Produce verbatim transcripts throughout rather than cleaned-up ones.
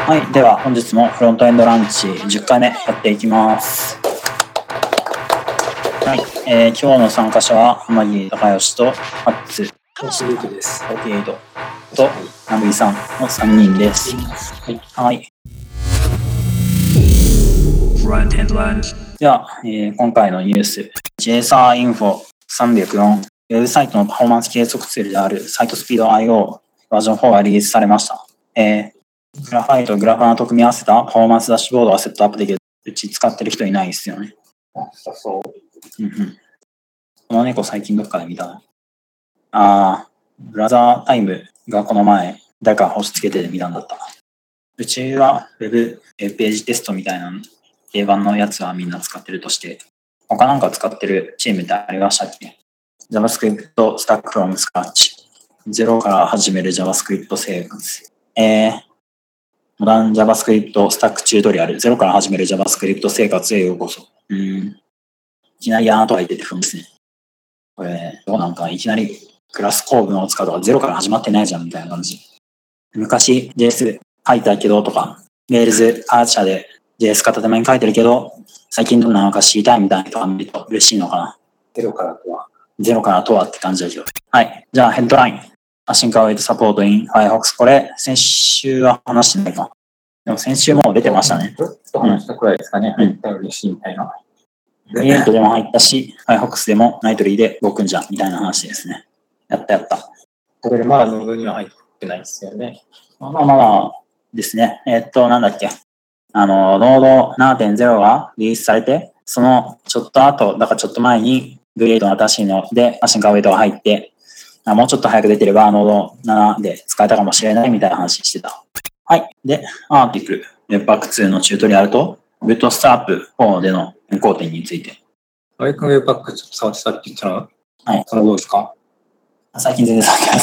はい、では本日もフロントエンドランチじゅっかいめやっていきます。はい、えー、今日の参加者は天城高義とハッツ、 星ゆきです。 オーケーエイトとナブイさんのさんにんです。はい。はい、では、えー、今回のニュース、ジェイエスアール インフォさんびゃくよん、ウェブサイトのパフォーマンス計測ツールであるサイトスピード アイオー バージョンフォーがリリースされました。えーグラファイとグラファナと組み合わせたパフォーマンスダッシュボードはセットアップできる。うち使ってる人いないですよね。 あ、そう。 うんうん。この猫最近どっかで見たな。あー、ブラザータイムがこの前、誰か星つけて見たんだった。うちは Web ページテストみたいな定番のやつはみんな使ってるとして、他なんか使ってるチームってありましたっけ？ JavaScript スタック from scratch。ゼロから始める JavaScript 生活。えー、モダン JavaScript スタックチュートリアル、ゼロから始める JavaScript 生活へようこそ。うん。いきなりアートが出てくるんですね。これ、どうなんかいきなりクラス構文を使うとかゼロから始まってないじゃんみたいな感じ。昔 ジェイエス 書いたけどとか、Rails 開発者で ジェイエス 片手間に書いてるけど、最近どんなのか知りたいみたいな人が見ると嬉しいのかな。 ゼロからとは。 ゼロからとはって感じだけど。はい。じゃあヘッドライン。アシンカーウェイトサポートイン Firefox。これ、先週は話してないか。でも先週もう出てましたね。 ちょっと話したくらいですかね。入ったら嬉しいみたいな。 クリエイトでも入ったし、Firefox でもナイトリーで動くんじゃんみたいな話ですね。やったやった。 これまだノードには入ってないですよね。 まあまあまあですね。えっと、なんだっけ。あの、ノード ななてんゼロ がリリースされて、そのちょっと後、だからちょっと前に、クリエイトの新しいので、アシンカーウェイトが入って、もうちょっと早く出てれば、ノードななで使えたかもしれないみたいな話してた。はい。で、アーティクル、Webpack ツーのチュートリアルと、Bootstrap フォーでの変更点について。 アイコン Webpack ちょっと触ってたって言ったら、 はい。 それどうですか？ 最近全然触ってないです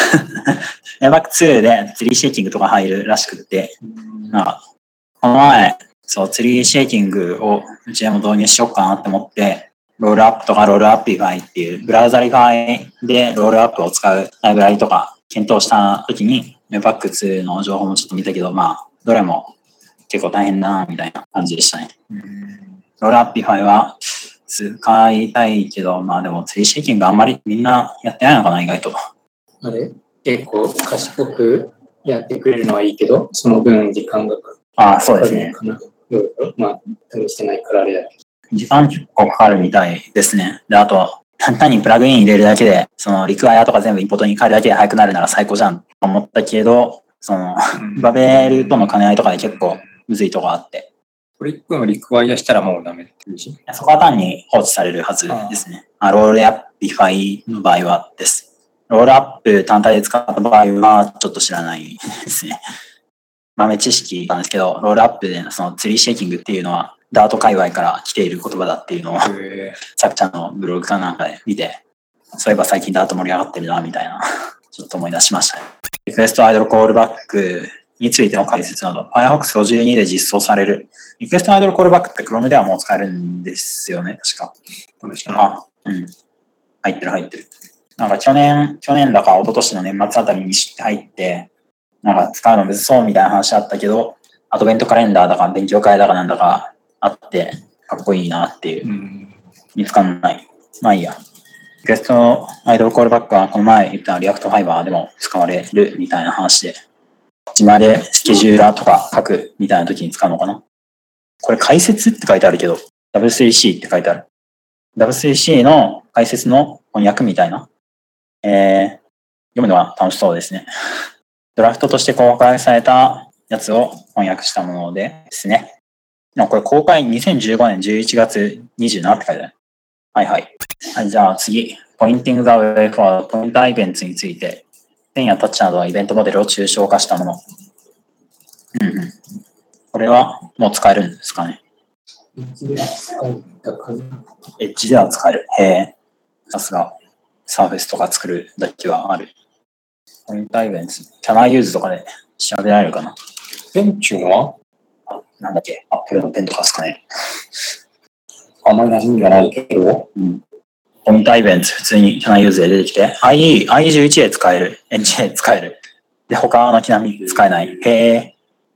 。Webpack ツーでツリーシェイキングとか入るらしくって、なんかこの前、そう、ツリーシェイキングをうちでも導入しようかなって思って、ロールアップとかロールアッピファイっていうブラウザリファイでロールアップを使うライブラリとか検討したときに Webpack ツーの情報もちょっと見たけど、まあ、どれも結構大変だな、みたいな感じでしたね。ロールアッピファイは使いたいけど、まあでもツリーシェイキングあんまりみんなやってないのかな、意外と。 あれ結構賢くやってくれるのはいいけど、その分時間がかかる。 ああ、そうですね。 まあ、試してないからあれだけど。 時間結構かかるみたいですね。で、あと、単にプラグイン入れるだけで、そのリクワイアとか全部インポートに変えるだけで速くなるなら最高じゃんと思ったけど、その、バベルとの兼ね合いとかで結構むずいとこあって。 これ一個のリクワイアしたらもうダメって言うし。 そこは単に放置されるはずですね。あロールアップファイの場合はです。ロールアップ単体で使った場合はちょっと知らないですね。豆知識なんですけど、ロールアップでそのツリーシェイキングっていうのは、ダート界隈から来ている言葉だっていうのを、さくちゃんのブログかなんかで見て、そういえば最近ダート盛り上がってるな、みたいな、ちょっと思い出しましたね。リクエストアイドルコールバックについての解説など、Firefox ごじゅうにで実装される。リクエストアイドルコールバックって Chrome ではもう使えるんですよね、確か。あ、うん。入ってる入ってる。なんか去年、去年だか一昨年の年末あたりに入って、なんか使うのむずそうみたいな話あったけど、アドベントカレンダーだか勉強会だかなんだかあって、かっこいいなっていう。うん、見つかんない。まあいいや。リクエストアイドルコールバックはこの前言ったリアクトファイバーでも使われるみたいな話で、自前でスケジューラーとか書くみたいな時に使うのかな。これ解説って書いてあるけど、ダブリュースリーシー って書いてある。ダブリュースリーシー の解説の翻訳みたいな。えー、読むのは楽しそうですね。ドラフトとして公開されたやつを翻訳したものですね。でもこれ公開にせんじゅうごねんじゅういちがつにじゅうななって書いてある。はいはい。はい、じゃあ次。Pointing the way for ポインターイベントについて。ペンやタッチなどのイベントモデルを抽象化したもの。うんうん。これはもう使えるんですかね。 エッジでは使えたかな。 エッジでは使える。へえ。さすが。サーフェスとか作るだけはある。ポインターイベント。キャナーユーズとかで調べられるかな。 ペンチューはあ、なんだっけ、アップルのペンとかですかね。 あんまり馴染みがないけど、 うん。ポインターイベント、普通にキャナーユーズで出てきて、アイイー、アイイーじゅういち で使える、エンジンで使える。で、他のちなみに使えない。へえ。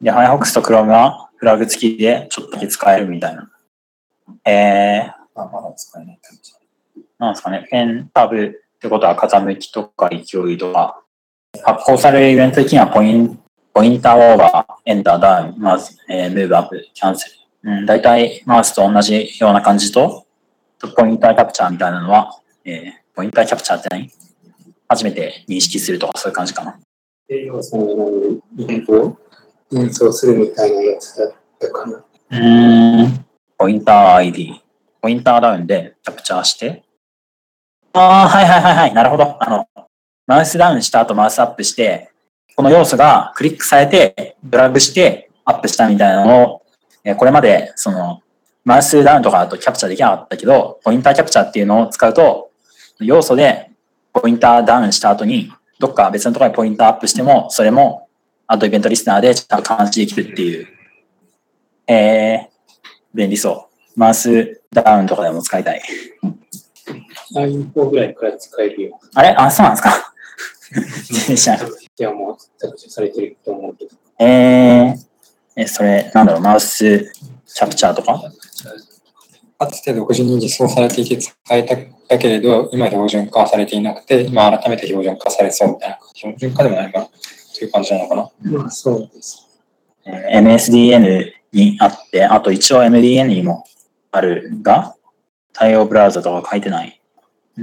で、Firefox と Chrome はフラグ付きでちょっとだけ使えるみたいな。えー、 あ、まだ使えない感じ。 なんですかね。ペンタブってことは傾きとか勢いとか、発行されるイベント的にはポインポインターオーバー、エンターダウン、マウス、えー、ムーブアップ、キャンセル。うん、大体マウスと同じような感じと、ポインターキャプチャーみたいなのは、えー、ポインターキャプチャーって何？初めて認識するとかそういう感じかな。 で、要はそのイベントを運送するみたいなやつだったかな。 うーん。ポインター アイディー。ポインターダウンでキャプチャーして。ああ、はいはいはいはい。なるほど。あの、マウスダウンした後マウスアップして、この要素がクリックされて、ドラッグしてアップしたみたいなのを、えこれまでそのマウスダウンとかだとキャプチャーできなかったけど、ポインターキャプチャーっていうのを使うと、要素でポインターダウンした後に、どっか別のところにポインターアップしても、それもアドイベントリスナーでちゃんと監視できるっていう、えー、便利そう。マウスダウンとかでも使いたい。 アイフォー ぐらいから使えるよ。 あれあ、そうなんですか全然知らない。 いや、もう削除されてると思うけど。 えー、え、それ、なんだろう、マウスキャプチャーとかかつて独自に実装されていて使えたけれど、今標準化されていなくて、今改めて標準化されそうみたいな。標準化でもないかなという感じなのかな。 まあ、そうです。 えー、エムエスディーエヌ にあって、あと一応 エムディーエヌ にもあるが、対応ブラウザとか書いてない。うん、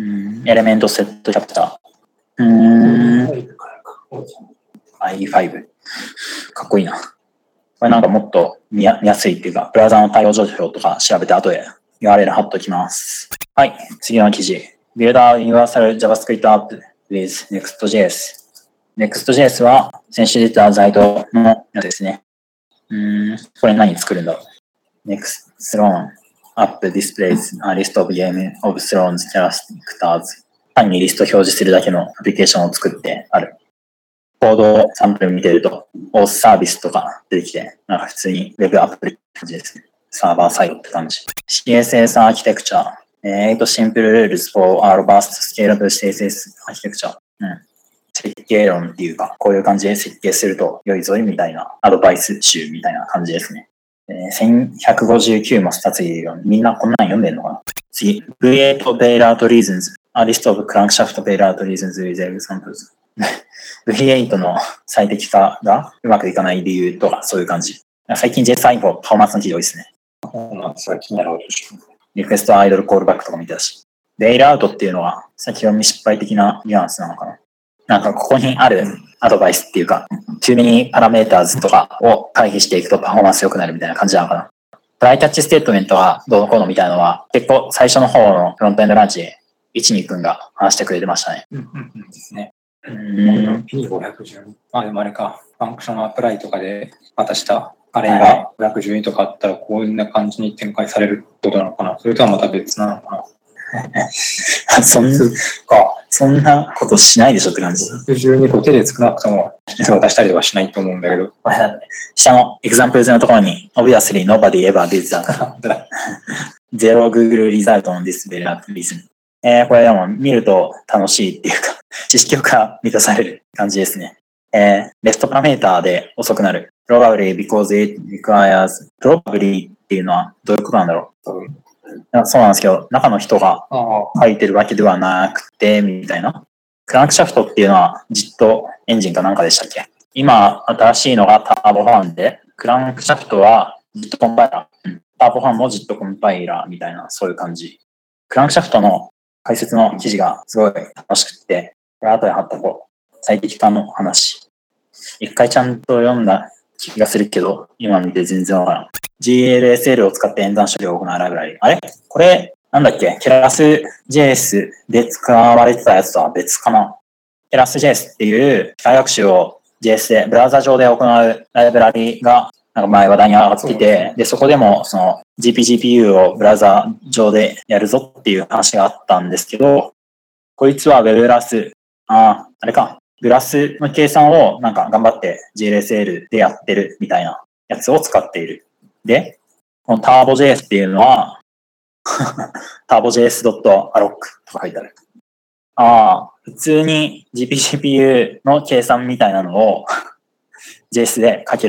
エレメントセットキャプチャー。うーん。アイファイブ。かっこいいな。これなんかもっと見や、見やすいっていうか、ブラウザの対応状況とか調べて後で ユーアールエル 貼っときます。はい、次の記事。Build a Universal JavaScript App with Next.js。Next.js は先週出たサイトのやつですね。うーん、これ何作るんだろう。Next Throne App displays a list of game of Thrones characters。単にリスト表示するだけのアプリケーションを作ってある。コードサンプル見てると、オースサービスとか出てきて、なんか普通に Web アプリって感じですね。サーバーサイドって感じ。シーエスエス Architecture。えーと、Simple Rules for a Robust Scalable シーエスエス Architecture。うん。設計論っていうか、こういう感じで設計すると良いぞいみたいなアドバイス集みたいな感じですね。えー、せんひゃくごじゅうきゅうもスタツいるよ。みんなこんなん読んでんのかな。次。ブイエイト Bailout Reasons。A list of Crankshaft Bailout Reasons with examples。ブイエイト の最適化がうまくいかない理由とかそういう感じ。最近 ジェイエス アイフォー パフォーマンスの記事多いですね。 パフォーマンスが気になるほど。 リクエストアイドルコールバックとか見てたし。ベイルアウトっていうのは先読み失敗的なニュアンスなのかな。なんかここにあるアドバイスっていうか、too many parameters とかを回避していくとパフォーマンス良くなるみたいな感じなのかな。トライキャッチステートメントがどうのこうのみたいなのは結構最初の方のフロントエンドランチでいち、にくんが話してくれてましたね。 うんうんうんですね。 うーん。 ピーごひゃくじゅうに。あ、でもあれか。ファンクションアプライとかで渡したあれがごひゃくじゅうにとかあったらこんな感じに展開されることなのかな。それとはまた別なのかな。 そんな、そんなことしないでしょって感じ。 ごひゃくじゅうにこ手で少なくとも渡したりはしないと思うんだけど。 下のエグザンプルズのところに Obviously nobody ever did that. ゼロ Google result on this very reason. えー、これでも見ると楽しいっていうか、知識欲が満たされる感じですね。えー、レフトパラメーターで遅くなる。Probably because it requires probably っていうのはどういうことなんだろう。そうなんですけど、中の人が書いてるわけではなくて、みたいな。クランクシャフトっていうのは ジェット エンジンかなんかでしたっけ？今、新しいのがターボファンで、クランクシャフトは ジェット コンパイラー。ターボファンも ジェット コンパイラーみたいな、そういう感じ。クランクシャフトの解説の記事がすごい楽しくて、これ後で貼ったこう、最適化の話。一回ちゃんと読んだ気がするけど、今見て全然わからん。ジーエルエスエル を使って演算処理を行うライブラリ。あれこれ、なんだっけケラス ジェイエス で使われてたやつとは別かな。ケラス ジェイエス っていう機械学習を ジェイエス で、ブラウザ上で行うライブラリが、なんか前話題に上がってて、で、そこでもその ジーピージーピーユー をブラウザ上でやるぞっていう話があったんですけど、こいつは Web ブラス、あ、あれか、ブラスの計算をなんか頑張って ジーエルエスエル でやってるみたいなやつを使っている。で、この TurboJS っていうのはTurboJS.alloc とか書いてある。ああ、普通に ジーピージーピーユー の計算みたいなのをジェイエス で書ける。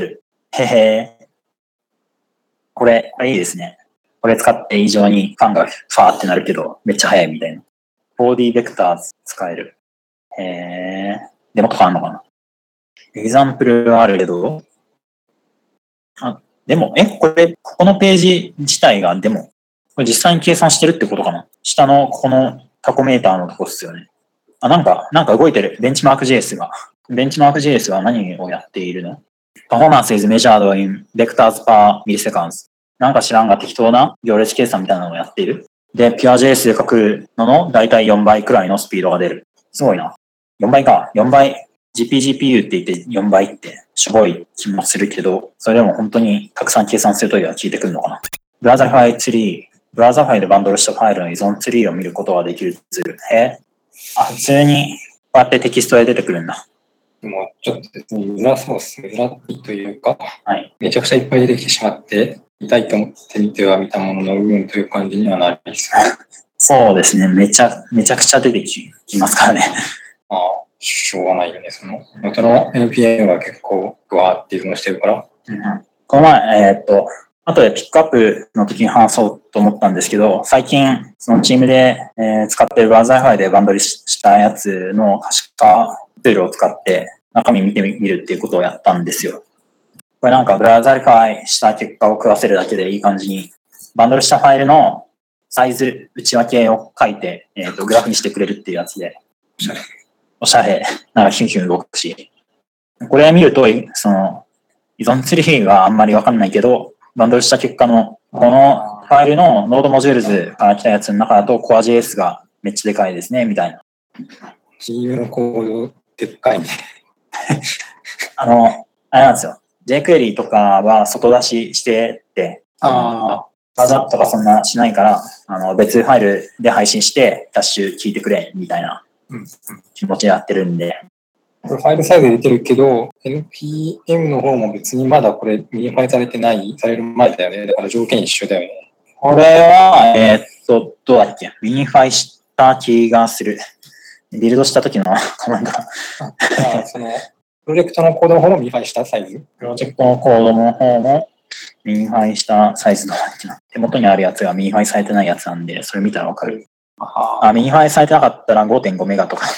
へへ。これ、これいいですね。これ使って異常にファンがファーってなるけど、めっちゃ速いみたいな。フォーディー ベクターズ使える。へえ。でもっとあんのかな。エグザンプルはあるけど、あ、でも、え、これ、ここのページ自体が、でも、これ実際に計算してるってことかな。下のこのタコメーターのとこっすよね。あ、なんか、なんか動いてる。ベンチマーク ジェイエス が。ベンチマーク ジェイエス は何をやっているの？ Performance is measured in vectors per milliseconds。なんか知らんが適当な行列計算みたいなのをやっている。で、Pure.js で書くののだいたいよんばいくらいのスピードが出る。すごいな。よんばいか。よんばい。ジーピージーピーユー って言ってよんばいってしょぼい気もするけど、それでも本当にたくさん計算するときは効いてくるのかな。ブラウザファイツリー、ブラウザファイでバンドルしたファイルの依存ツリーを見ることができるツール。へあ、普通にこうやってテキストで出てくるんだ。 でもちょっと別に裏ソース、裏というか、 はい、 めちゃくちゃいっぱい出てきてしまって、見たいと思って見ては見たものの部分という感じにはなります。 そうですね。めちゃ、めちゃくちゃ出てきますからね。 ああ、しょうがないよね。その、元の エヌピーエム が結構グワーっていうのをしてるから。 うん、この前、えー、っと、後でピックアップの時に話そうと思ったんですけど、最近、そのチームで、えー、使ってるブラウザーファイでバンドルしたやつの可視化ツールを使って中身見てみるっていうことをやったんですよ。これなんかブラウザーファイした結果を食わせるだけでいい感じに、バンドルしたファイルのサイズ内訳を書いて、えー、っとグラフにしてくれるっていうやつで、 おしゃれ。 おしゃれ。なんかヒュンヒュン動くし。これ見ると、その、依存ツリーがあんまりわかんないけど、バンドルした結果の、このファイルのノードモジュールズから来たやつの中だと コアジェイエス がめっちゃでかいですね、みたいな。 ジーユー のコードでっかいね。 あの、あれなんですよ。jQuery とかは外出ししてて、 あバザッとかそんなしないから、あの別ファイルで配信してダッシュ聞いてくれ、みたいな気持ちでやってるんで。 これファイルサイズ出てるけど、エヌピーエム の方も別にまだこれミニファイされてない、される前だよね。だから条件一緒だよね。 これは、えー、っと、どうだっけ？ミニファイした気がする。ビルドした時のコメントが。 あその、プロジェクトのコードの方もミニファイしたサイズ？ プロジェクトのコードの方もミニファイしたサイズの手元にあるやつがミニファイされてないやつなんで、それ見たらわかる。あ、ミニファイされてなかったら ごてんごメガとか。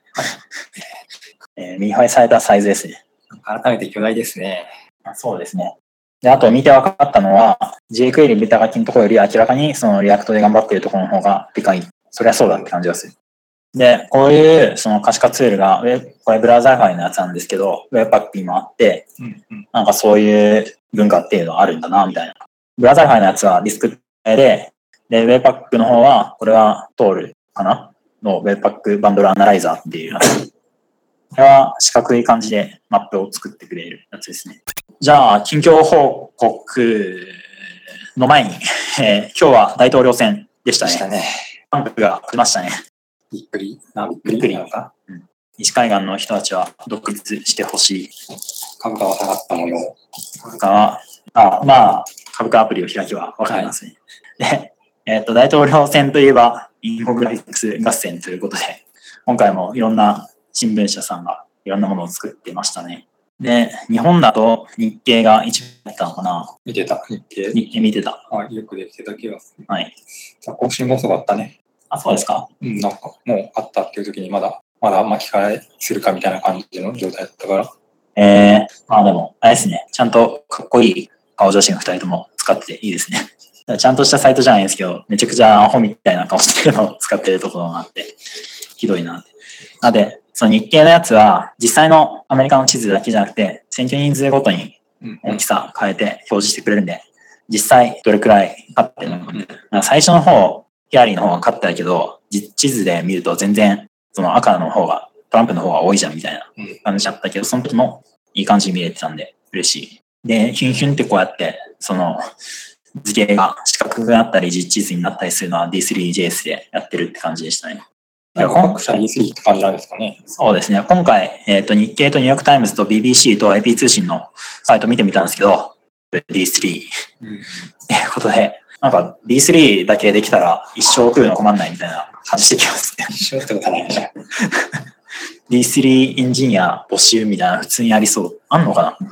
えー、ミニファイされたサイズですね。 改めて巨大ですね。 そうですね。で、あと見て分かったのは、jQuery ベタ書きのところより明らかにそのリアクトで頑張っているところの方がでかい。そりゃそうだって感じがする。で、こういうその可視化ツールが、これブラウザーファイのやつなんですけど、Webpack にもあって、 うんうん、 なんかそういう文化っていうのはあるんだな、みたいな。ブラウザーファイのやつはディスクで、で、Webpack の方は、これは トール かなの Webpack バンドルアナライザーっていうやつ。これは四角い感じでマップを作ってくれるやつですね。じゃあ、近況報告の前に、えー、今日は大統領選でしたね。 したね。 トランプが来ましたね。 びっくり。 あ、びっくりなのか、うん。西海岸の人たちは独立してほしい。 株価は下がった模様。 株価は、あ、まあ、株価アプリを開きはわかりますね。はい、で、えっと、大統領選といえば、インフォグラフィックス合戦ということで、今回もいろんな新聞社さんがいろんなものを作っていましたね。で、日本だと日経が一番だったのかな。 見てた。日経。 日経見てた。 あ、よくできてた気がする。 はい。 更新も遅かったね。 あ、そうですか。 うん、なんか、もうあったっていう時にまだ、まだ巻き返するかみたいな感じの状態だったから。 えー、まあでも、あれですね。ちゃんとかっこいい顔写真がふたりとも使ってていいですね。ちゃんとしたサイトじゃないですけど、めちゃくちゃアホみたいな顔してるのを使ってるところがあって、ひどいなって。なので、その日経のやつは、実際のアメリカの地図だけじゃなくて、選挙人数ごとに大きさ変えて表示してくれるんで、実際どれくらい勝ってるのか、うん、最初の方、ヒラリーの方が勝ってたけど、地図で見ると全然、その赤の方が、トランプの方が多いじゃんみたいな感じだったけど、その時もいい感じに見れてたんで、嬉しい。で、ヒュンヒュンってこうやって、その、図形が四角くなったり、実地図になったりするのは ディースリージェイエス でやってるって感じでしたね。 各社 ディースリー って感じなんですかね。 そうですね。今回、えっと、日経とニューヨークタイムズと ビービーシー と エーピー 通信のサイト見てみたんですけど、ディースリー。うん、っていうことで、なんか ディースリー だけできたら一生食うの困んないみたいな感じしてきますね。 一生ってことないね。 ディースリー エンジニア募集みたいな普通にありそう。あんのかな？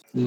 うん。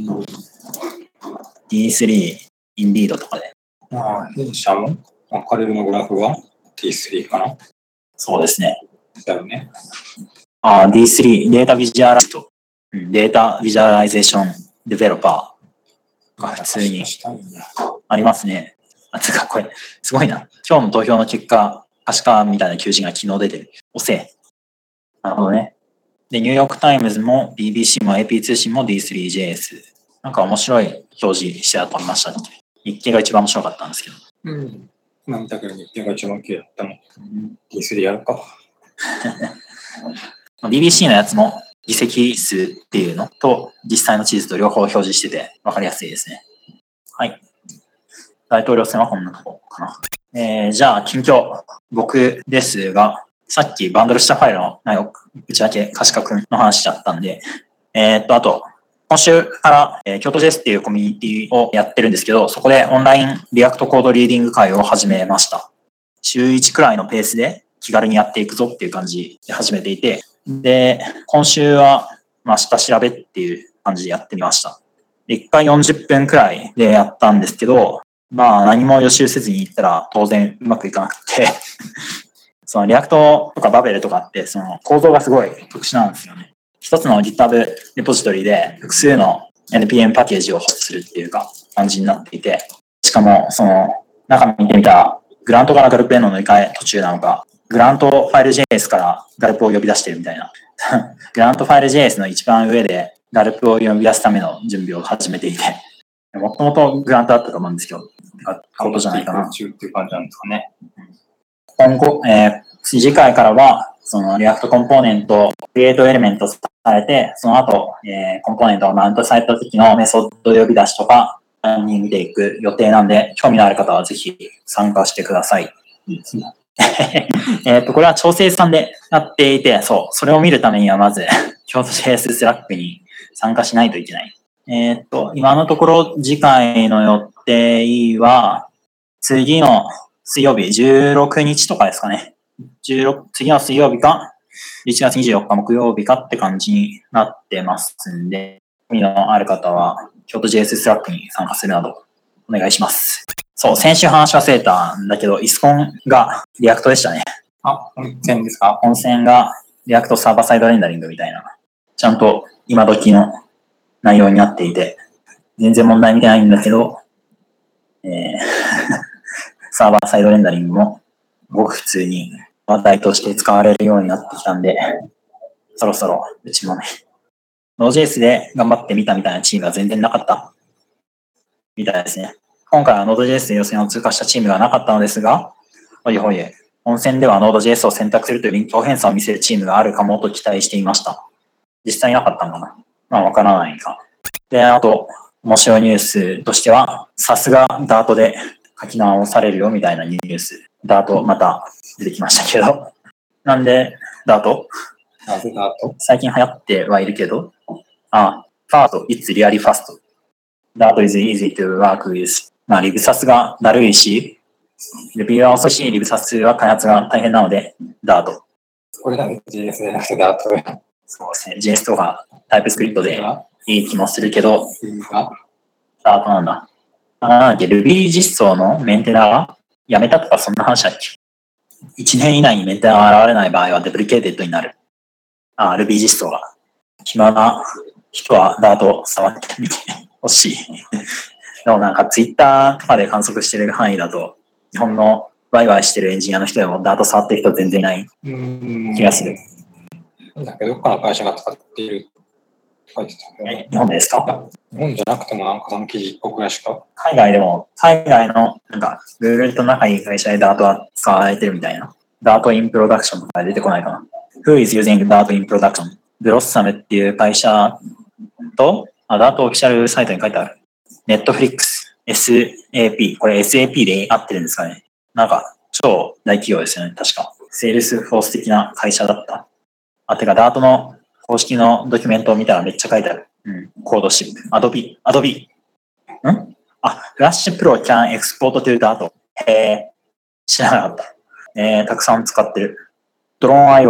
ディースリー、インディードとかで。 まあ、弊社もアパレルのグラフは ディースリー かな。 そうですね。 だよね。 あ、ディースリー、データビジュアライズと、データビジュアライゼーションデベロッパーが普通にありますね。あ、つか、これ、すごいな。今日の投票の結果、可視化みたいな求人が昨日出てる。遅え。なるほどね。で、ニューヨークタイムズも ビービーシー も エーピー 通信も ディースリージェーエス。なんか面白い表示してありましたね。日経が一番面白かったんですけど。 うん。まあ、見たけど日経が一番綺麗だったの。うん、ディースリー やるか。 ビービーシー のやつも議席数っていうのと実際の地図と両方表示してて分かりやすいですね。はい。大統領選はこんなとこかな。えー、じゃあ、近況。僕ですが、さっきバンドルしたファイルの内容、内訳可視化くんの話だったんで、えー、っと、あと、今週から、えー、京都 ジェイエス っていうコミュニティをやってるんですけど、そこでオンラインリアクトコードリーディング会を始めました。週いちくらいのペースで気軽にやっていくぞっていう感じで始めていて、で、今週は、まあ、下調べっていう感じでやってみました。いっかいよんじゅっぷんくらいでやったんですけど、まあ何も予習せずに行ったら当然うまくいかなくて、そのリアクトとかバベルとかってその構造がすごい特殊なんですよね。一つの GitHub レポジトリで複数の エヌピーエム パッケージをホストするっていうか感じになっていて、しかもその中見てみたらグラントからガルプへの乗り換え途中なのか、グラントファイル ジェイエス からガルプを呼び出してるみたいな。グラントファイル ジェイエス の一番上でガルプを呼び出すための準備を始めていて、もともとグラントだったと思うんですけど、ことじゃないかな。 中っていう感じなんですかね。 今後、えー、次回からは、そのリアクトコンポーネント、クリエイトエレメントされて、その後、えー、コンポーネントがマウントされた時のメソッド呼び出しとかに見ていく予定なんで、興味のある方はぜひ参加してください。いいですね。えっと、これは調整さんでやっていて、そう、それを見るためにはまず、京都 ジェイエス スラックに参加しないといけない。えっと、今のところ次回の予定は、次の水曜日、じゅうろくにちとかですかね。じゅうろく次の水曜日か、いちがつにじゅうよっか木曜日かって感じになってますんで、興味のある方は、京都 ジェイエス スラックに参加するなど、お願いします。そう、先週話し忘れたんだけど、イスコンがリアクトでしたね。 あ、本線ですか？ 本線がリアクトサーバーサイドレンダリングみたいな、ちゃんと今時の内容になっていて、全然問題見てないんだけど、えー、サーバーサイドレンダリングもごく普通に話題として使われるようになってきたんで、そろそろうちもね、ノードジェイエス で頑張ってみたみたいなチームが全然なかったみたいですね。今回は ノードジェイエス で予選を通過したチームがなかったのですが、ほいほい、本戦では ノードジェイエス を選択するという臨機応変さを見せるチームがあるかもと期待していました。実際なかったのかな？まあわからないか。で、あと、面白いニュースとしては、さすがダートで書き直されるよみたいなニュース。ダートまた出てきましたけど。なんで、ダートなぜダート？ 最近流行ってはいるけど、あ、ファート、it's really fast. ダート is easy to work with. まあ、リブサスがだるいし、レビューは遅いし、リブサスは開発が大変なので、ダート。 これだね、ジェイエス じゃなくてダートで。 そうですね、ジェイエス とかタイプスクリプトでいい気もするけど、ダートなんだ。あ、なんだっけ、Ruby 実装のメンテナーがやめたとかそんな話だっけ？いちねん以内にメンテナーが現れない場合はデプリケーテッドになる。あ、Ruby 実装が。暇な人はダート触ってみてほしい。でもなんか Twitter とかで観測してる範囲だと、日本のワイワイしてるエンジニアの人でもダート触ってる人全然いない気がする。 だけど、どっかの会社が使っているって書いてたけど、 え、日本ですか？ 日本じゃなくてもなんかその記事っぽくらしか。 海外でも、海外のなんか Google と仲いい会社でダートは使われてるみたいな。ダート in production とか出てこないかな。Who is using Dart in production? ブロッサムっていう会社と、あ、ダートオフィシャルサイトに書いてある。Netflix、エスエーピー。これ エスエーピー で合ってるんですかね。なんか超大企業ですよね、確か。セールスフォース的な会社だった。あ、てか、ダートの公式のドキュメントを見たらめっちゃ書いてある。うん。コードシップ。Adobe。Adobe。んあ、Flash Pro can export to Dart。へー。知らなかった。えー、たくさん使ってる。ドローン アイオー。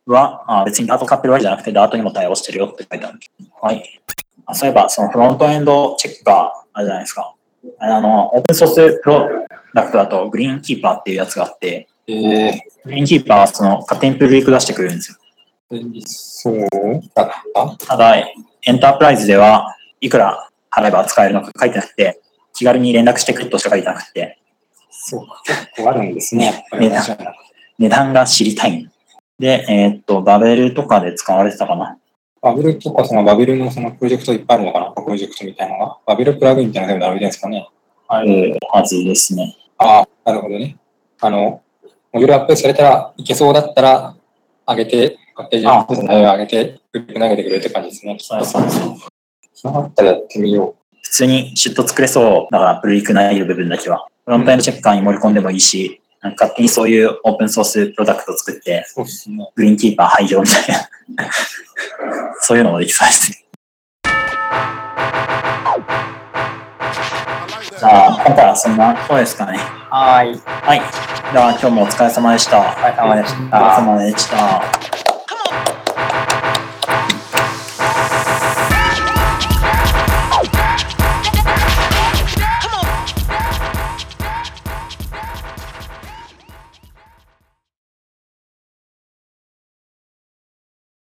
は、あ別にダート使ってるわけじゃなくて、ダートにも対応してるよって書いてある。はい。あそういえば、そのフロントエンドチェッカー、あれじゃないですか。あの、オープンソースプロダクトだと、グリーンキーパーっていうやつがあって、 えー、 グリーンキーパーはその勝手にプルリク出してくれるんですよ。 そうだったただ、エンタープライズではいくら払えば使えるのか書いてなくて、気軽に連絡してくれとしか書いてなくて。 そうか、結構あるんですね。 値段値段が知りたい。で、えーっと、バベルとかで使われてたかな。 バベルとか、そのバベルのそのプロジェクトいっぱいあるのかな、プロジェクトみたいなのが。バベルプラグインみたいなの全部並べてるんですかね。 あるはずですね。 ああ、なるほどね。あの、モジュールアップされたらいけそうだったら、上げて、パッケージの内容を上げて、投げてくれるって感じですね。 そうそうそう。 そうなったらやってみよう。 普通にシュッと作れそう。だから、プルリクない部分だけは。フロントエンドチェッカーに盛り込んでもいいし、なんか勝手にそういうオープンソースプロダクトを作って、 そうですね。 グリーンキーパー廃業みたいな。そういうのもできそうですね。じゃあ、今回はそんなところですかね。 はい。 はい。では、今日もお疲れ様でした。 お疲れ様でした。 お疲れ様でした。